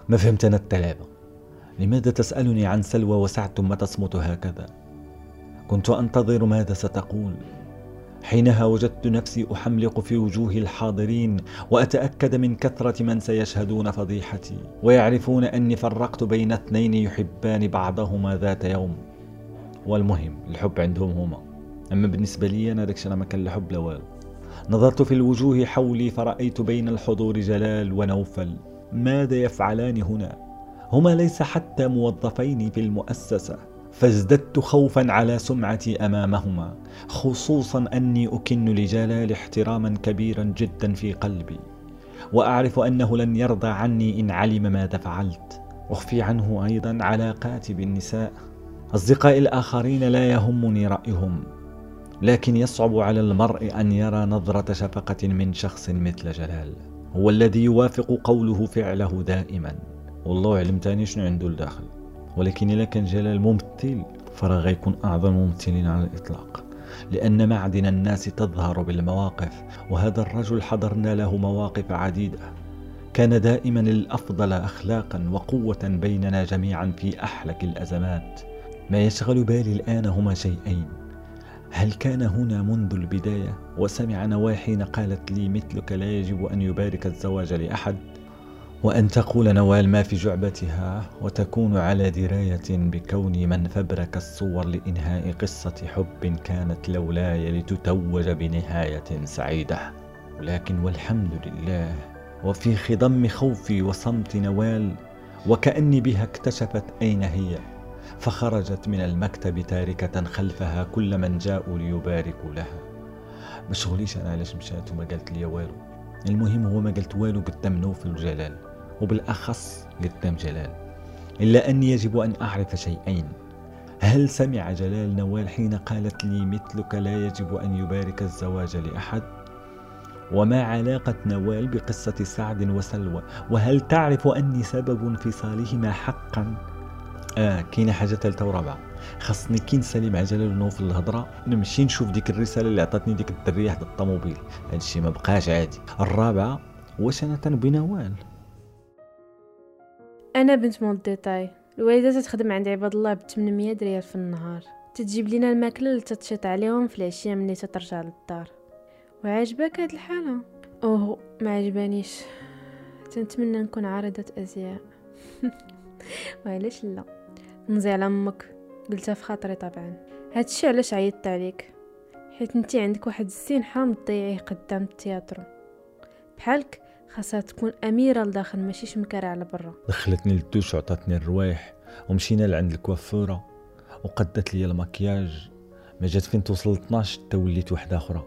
ما فهمت أنا التلعبة. لماذا تسألني عن سلوى وسعد ثم تصمت هكذا؟ كنت أنتظر ماذا ستقول. حينها وجدت نفسي أحملق في وجوه الحاضرين، وأتأكد من كثرة من سيشهدون فضيحتي ويعرفون أني فرقت بين اثنين يحبان بعضهما ذات يوم. والمهم الحب عندهم هما، أما بالنسبة لي أنا داكشي ما كان الحب لا والو. نظرت في الوجوه حولي فرأيت بين الحضور جلال ونوفل. ماذا يفعلان هنا؟ هما ليس حتى موظفين في المؤسسة. فازددت خوفا على سمعتي أمامهما، خصوصا أني أكن لجلال احتراما كبيرا جدا في قلبي، وأعرف أنه لن يرضى عني إن علم ماذا فعلت. أخفي عنه أيضا علاقاتي بالنساء. أصدقائي الآخرين لا يهمني رأيهم، لكن يصعب على المرء أن يرى نظرة شفقة من شخص مثل جلال، هو الذي يوافق قوله فعله دائما. والله علم تاني شنو عنده الداخل. ولكن إذا كان جلال ممثل فراه غيكون أعظم الممثلين على الإطلاق، لأن معدن الناس تظهر بالمواقف، وهذا الرجل حضرنا له مواقف عديدة. كان دائما الأفضل أخلاقا وقوة بيننا جميعا في أحلك الأزمات. ما يشغل بالي الآن هما شيئين: هل كان هنا منذ البداية وسمع نوال حين قالت لي مثلك لا يجب أن يبارك الزواج لأحد، وأن تقول نوال ما في جعبتها وتكون على دراية بكوني من فبرك الصور لإنهاء قصة حب كانت لولاي لتتوج بنهاية سعيدة. ولكن والحمد لله، وفي خضم خوفي وصمت نوال وكأني بها اكتشفت أين هي، فخرجت من المكتب تاركة خلفها كل من جاءوا ليباركوا لها. ما شغليش أنا علاش مشات وما قالت لي والو. المهم هو ما قلت والو قدام نوفل وجلال، وبالأخص قدام جلال. إلا أني يجب أن أعرف شيئين: هل سمع جلال نوال حين قالت لي مثلك لا يجب أن يبارك الزواج لأحد؟ وما علاقة نوال بقصة سعد وسلوى؟ وهل تعرف أني سبب انفصالهما حقا؟ كاينه حاجه ثالثه ورابعه. خاصني كي نسالي مع جلال ونوفل الهضره نمشي نشوف ديك الرساله اللي عطاتني ديك الدريه حدا الطوموبيل. هادشي ما بقاش عادي. الرابعه، واش انا تنبي نوال؟ انا بنت مول ديتاي، الوالده تخدم عند عباد الله ب 800 ريال في النهار، تتجيب لينا الماكله اللي تتشط عليهم في العشيه ملي تترجع للدار. وعاجبك هاد الحاله؟ اوه ما عجبانيش، تنتمنى نكون عارضه ازياء. وعلاش لا، نزي على امك، قلتها في خاطري طبعا. هادشي علاش عيطت عليك، حيت انتي عندك واحد الزين حرام تضيعيه قدام التياترو. بحالك خاصها تكون اميره لداخل ماشي شمكاره على برا. دخلتني للدوش وعطاتني الروايح ومشينا لعند الكوافوره وقدت لي المكياج. ما جات فين توصل 12 حتى وليت وحده اخرى.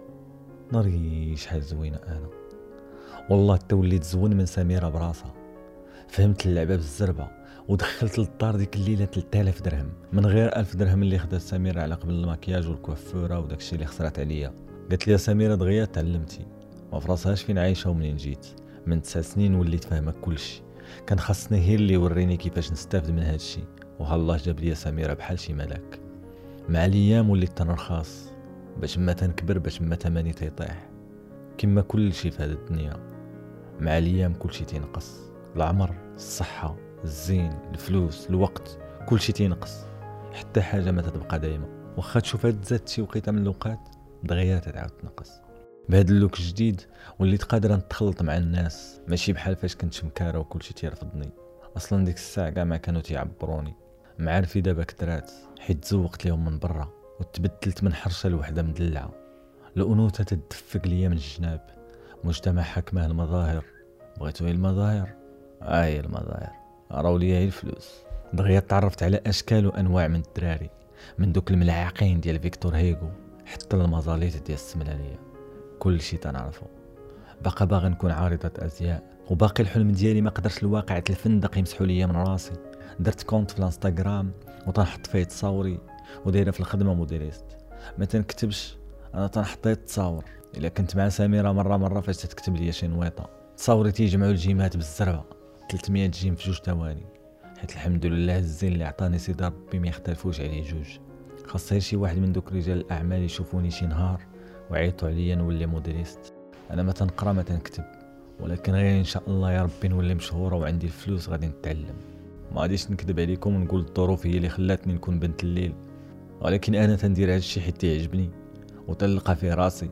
ناري شحال زوينه انا والله. حتى وليت زون من سميره براسها. فهمت اللعبه بالزربه ودخلت للدار ديك الليله 3000 درهم من غير 1000 درهم اللي خدات سميره على قبل المكياج والكوافوره وداكشي اللي خسرت عليا. قالت لي يا سميره دغيا تعلمتي، ما فراسهاش فين عايشه ومنين جيت. من 9 سنين وليت فاهمه كلشي. كان خاصني هي اللي وريني كيفاش نستافد من هادشي، وهالله جاب لي سميره بحال شي ملاك. مع الايام وليت تنرخص باش ما تنكبر، باش ما تماني تيطيح. كما كلشي في هاد الدنيا مع الايام كلشي تينقص. العمر، الصحه، الزين، الفلوس، الوقت، كلشي تينقص. حتى حاجه ما تتبقى دايما، واخا تشوفها تزاد شي وقيته من الاوقات دغيا تعاود تنقص. بهذا اللوك الجديد وليت قادر نتخلط مع الناس، ماشي بحال فاش كنت شمكاره وكلشي تيرفضني. اصلا ديك الساعه كاع ما كانوا تيعبروني. معارفي دابا كثرات حيت تزوقت لهم من برا وتبدلت من حرشه لوحده مدلعه. الانوثه تدفق ليا من الجناب. مجتمع حكمه المظاهر. بغيتو المظاهر؟ هي المظاهر راهو ليا هي الفلوس. دغيا تعرفت على اشكال وانواع من الدراري، من دوك الملعقين ديال فيكتور هيغو حتى المزاليط ديال السملانيه. كل شيء تنعرفه. باقا باغي نكون عارضة ازياء، وباقي الحلم ديالي ما قدرش الواقع الفندق يمسحوا ليا من راسي. درت كونت في الانستغرام وتنحط فيه تصاوري، ودايره في الخدمه موديليست. ما تنكتبش، انا تنحط التصاور. الا كنت مع سميره مره فاش تكتب لي شي نويطه تصاوري تيجمعوا الجيمات بالزربه 300 جيم في 2 ثواني. حيت الحمد لله الزين اللي عطاني سيدي ربي ما يختلفوش عليه جوج. خاص غير شي واحد من دوك رجال الاعمال يشوفوني شي نهار وعيطوا عليا نولي موديليست. انا ما تنقرا ما تنكتب، ولكن غير ان شاء الله يا ربي نولي مشهوره وعندي الفلوس غادي نتعلم. ما غاديش نكذب عليكم ونقول الظروف هي اللي خلاتني نكون بنت الليل، ولكن انا تندير هذا الشيء حيت يعجبني وتلقى في راسي،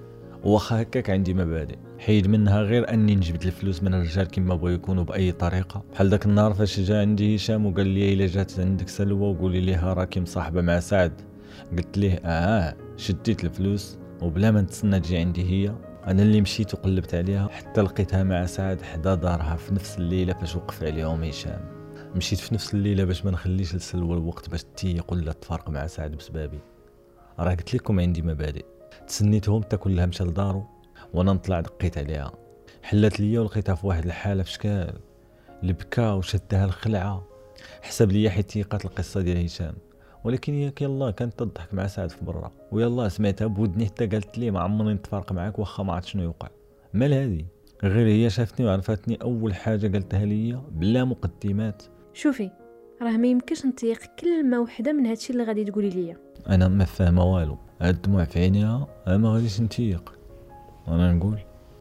واخا هكاك عندي مبادئ حيد منها غير اني نجبد الفلوس من الرجال كما بغاو يكونوا باي طريقه. بحال داك النهار فاش جا عندي هشام وقال لي الا جات عندك سلوى وقولي ليها راكي مصاحبه مع سعد، قلت ليه شديت الفلوس وبلا ما نتسنى تجي عندي هي، انا اللي مشيت وقلبت عليها حتى لقيتها مع سعد حدا دارها في نفس الليله فاش وقف عليهم هشام. مشيت في نفس الليله باش ما نخليش لسلوى الوقت باش تيق ولا تفارق مع سعد بسببي. راه قلت لكم عندي مبادئ. تسنيتهم حتى كلها مشى لدارو وانا نطلع دقيت عليها، حلات ليا ولقيتها في واحد الحاله في شكال، البكا وشدها الخلعه. حسب ليا حيت تيقات القصه ديال هشام، ولكن ياك يلا كانت تضحك مع سعد في برا، ويلا سمعتها بودني حتى قالت لي ما عمرني نتفارق معاك واخا ما عرفت شنو يوقع. مال هادي غير هي شافتني وعرفتني اول حاجه قالتها ليا بلا مقدمات. شوفي راه ما يمكنش نطيق كلمه وحده من هادشي اللي غادي تقولي ليا. انا ما فاهمه والو، هاد الدموع في عينيها ما غاديش نتيق. انا نقول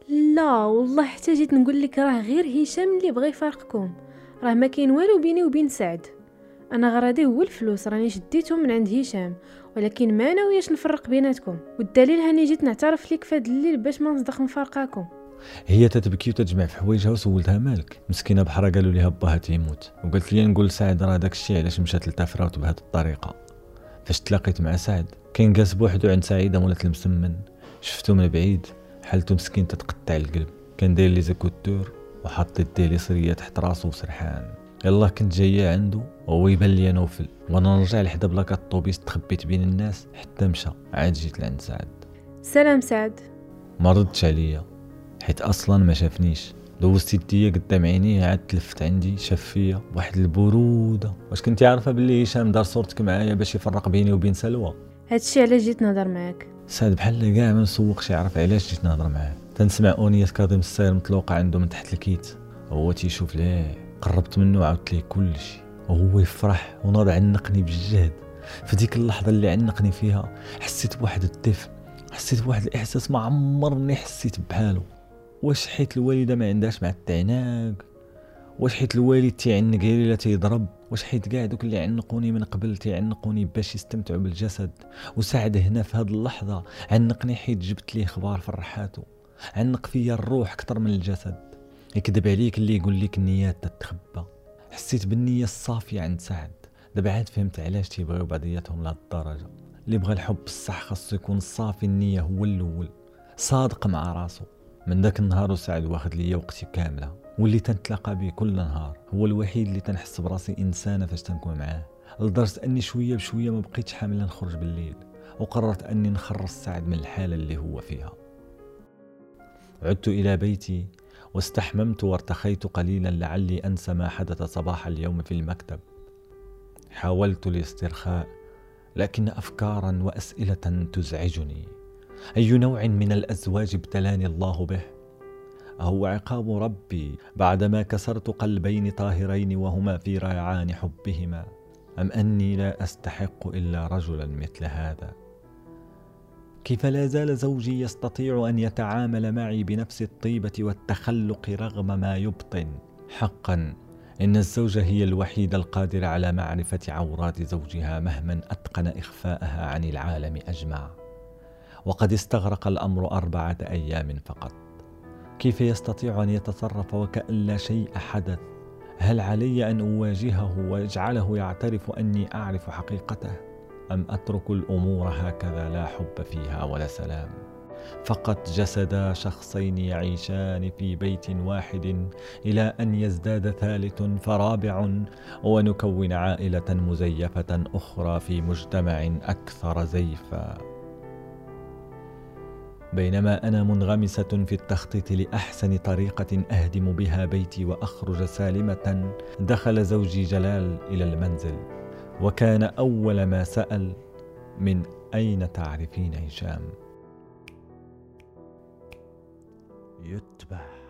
لا والله حتى جيت نقول لك راه غير هشام اللي بغى يفارقكم، راه ما كاين والو بيني وبين سعد. انا غرضي هو الفلوس، راني شديتهم من عند هشام، ولكن ما ناوياش نفرق بيناتكم، والدليل هاني جيت نعترف لك في هذا الليل باش ما نصدق نفارقاكم. هي تتبكي وتجمع في حوايجها وسولتها مالك مسكينه بحرا قالوا ليها باها تيموت، وقالت لي نقول سعد راه داك الشيء علاش مشات لتافراوت بهذه الطريقه. فاش تلاقيت مع سعد كان جالس بوحدو عند سعيده مولات المسمن، شفتو من بعيد حالته مسكين تتقطع القلب، كان داير لي زاكوتور وحاط يديه اليسريه تحت راسو وسرحان. يلا كنت جايه عنده وهو يبان لي نوفل، وانا نرجع لحدا بلاكا الطوبيس تخبيت بين الناس حتى مشى. عاد جيت لعند سعد. سلام سعد. ما ردش عليا حيت اصلا ما شافنيش، دوزت يديا قدام عينيه عاد تلفت عندي شاف فيا واحد البروده. واش كنتي عارفه باللي هشام دار صورتك معايا باش يفرق بيني وبين سلوى؟ هادشي علاش جيت نهضر معاك. سعد بحال كاع ما نسوقش يعرف علاش جيت نهضر معاه. تنسمع اغنيه كاظم الساير مطلوقه عنده من تحت الكيت، هو تيشوف ليه. قربت منه وعاودت ليه كلشي وهو يفرح وناض عنقني بالجهد. في ديك اللحظه اللي عنقني فيها حسيت بواحد الدفء، حسيت بواحد الاحساس ما عمرني حسيت بحاله. واش حيت الوالده ما عندهاش مع التعناق؟ واش حيت الوالد تيعنق غير الا تيضرب؟ واش حيت كاع دوك اللي عنقوني من قبل تيعنقوني باش يستمتعوا بالجسد؟ وسعد هنا في هذه اللحظه عنقني حيت جبت ليه اخبار فرحاتو، عنق فيا الروح اكثر من الجسد. يكذب عليك اللي يقول لك النيات تتخبى. حسيت بالنيه الصافيه عند سعد. دابا عاد فهمت علاش تيبغيو بعضياتهم لهاد الدرجه. اللي بغى الحب الصح خاصو يكون صافي النيه هو الاول، صادق مع راسو. من ذاك النهار وسعد واخد ليا وقتي كامله، واللي تنتلاقى به كل نهار هو الوحيد اللي تنحس براسي انسانه فاش تنكون معاه، لدرجه اني شويه بشويه ما بقيتش حامله نخرج بالليل، وقررت اني نخرج سعد من الحاله اللي هو فيها. عدت الى بيتي واستحممت وارتخيت قليلا لعلي انسى ما حدث صباح اليوم في المكتب. حاولت الاسترخاء لكن افكارا واسئله تزعجني. اي نوع من الازواج ابتلاني الله به؟ أهو عقاب ربي بعدما كسرت قلبين طاهرين وهما في ريعان حبهما، أم أني لا أستحق إلا رجلا مثل هذا؟ كيف لا زال زوجي يستطيع أن يتعامل معي بنفس الطيبة والتخلق رغم ما يبطن؟ حقا إن الزوجة هي الوحيدة القادرة على معرفة عورات زوجها مهما أتقن إخفاءها عن العالم أجمع، وقد استغرق الأمر 4 أيام فقط. كيف يستطيع أن يتصرف وكأن لا شيء حدث؟ هل علي أن أواجهه وأجعله يعترف أني أعرف حقيقته، أم أترك الأمور هكذا لا حب فيها ولا سلام؟ فقط جسدا شخصين يعيشان في بيت واحد إلى أن يزداد ثالث فرابع، ونكون عائلة مزيفة أخرى في مجتمع أكثر زيفا. بينما أنا منغمسة في التخطيط لأحسن طريقة أهدم بها بيتي وأخرج سالمة، دخل زوجي جلال إلى المنزل، وكان أول ما سأل: من أين تعرفين هشام؟ يتبع